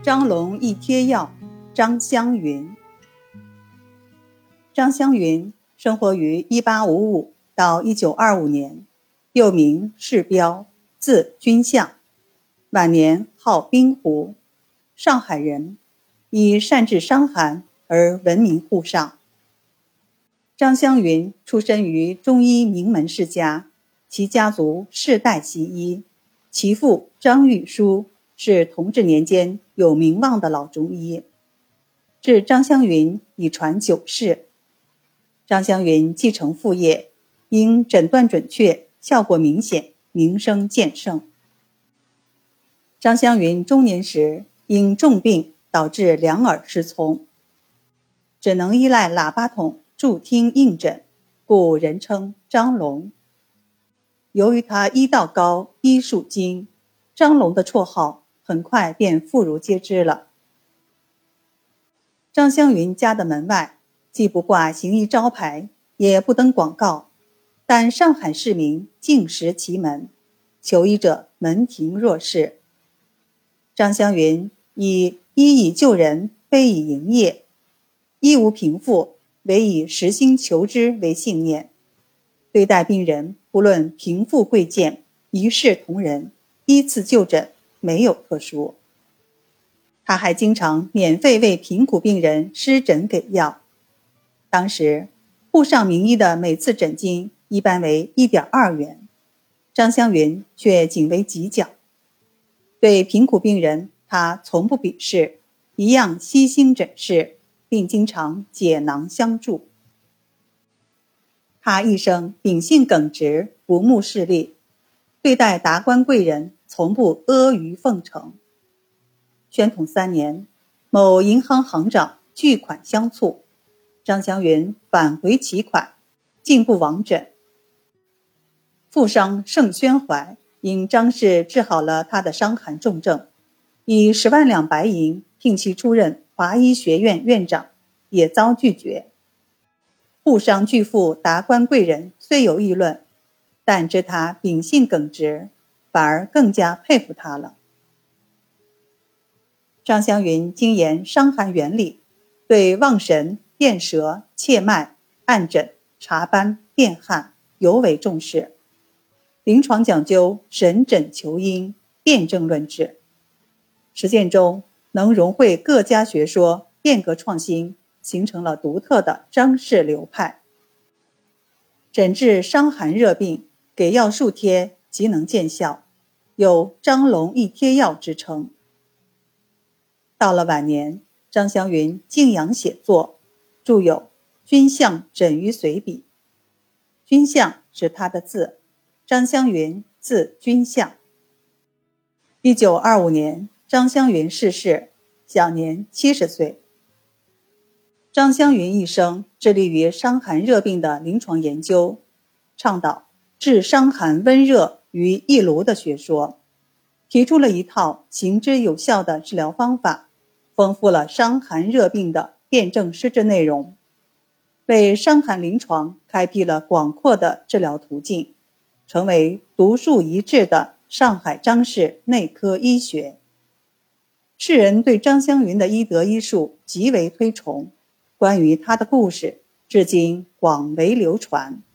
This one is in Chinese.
张龙一贴药，张湘云。张湘云生活于1855到1925年，又名世标，字君相，晚年号冰湖，上海人，以善治伤寒而闻名沪上。张湘云出身于中医名门世家，其家族世代习医，其父张玉书是同治年间有名望的老中医，至张湘云已传9世。张湘云继承父业，因诊断准确，效果明显，名声渐盛。张湘云中年时因重病导致两耳失聪，只能依赖喇叭筒助听应诊，故人称张龙。由于他医道高，医术精，张龙的绰号很快便妇孺皆知了。张湘云家的门外既不挂行医招牌，也不登广告，但上海市民尽识其门，求医者门庭若市。张湘云以医以救人，非以营业，医无贫富，唯以实心求知为信念。对待病人不论贫富贵贱，一视同仁，依次就诊，没有特殊。他还经常免费为贫苦病人施诊给药。当时沪上名医的每次诊金一般为 1.2 元，张湘云却仅为几角。对贫苦病人他从不鄙视，一样悉心诊视，并经常解囊相助。他一生秉性耿直，不慕势利，对待达官贵人从不阿谀奉承。宣统3年，某银行行长巨款相促，张湘云返回其款，进步往诊。富商盛宣怀因张氏治好了他的伤寒重症，以10万两白银聘其出任华医学院院长，也遭拒绝。沪商巨富达官贵人虽有议论，但知他秉性耿直，反而更加佩服他了。张湘云精研伤寒原理，对望神、辨舌、切脉、按诊、查斑、辨汗尤为重视。临床讲究审诊求因，辨证论治，实践中能融汇各家学说，变革创新，形成了独特的张氏流派。诊治伤寒热病，给药数贴即能见效，有张龙一贴药之称。到了晚年，张湘云静养写作，著有《君相诊于随笔》。君相是他的字，张湘云字君相。1925年，张湘云逝世，享年70岁。张湘云一生致力于伤寒热病的临床研究，倡导治伤寒温热于一炉的学说，提出了一套行之有效的治疗方法，丰富了伤寒热病的辨证施治内容，为伤寒临床开辟了广阔的治疗途径，成为独树一帜的上海张氏内科医学。世人对张湘云的医德医术极为推崇，关于他的故事至今广为流传。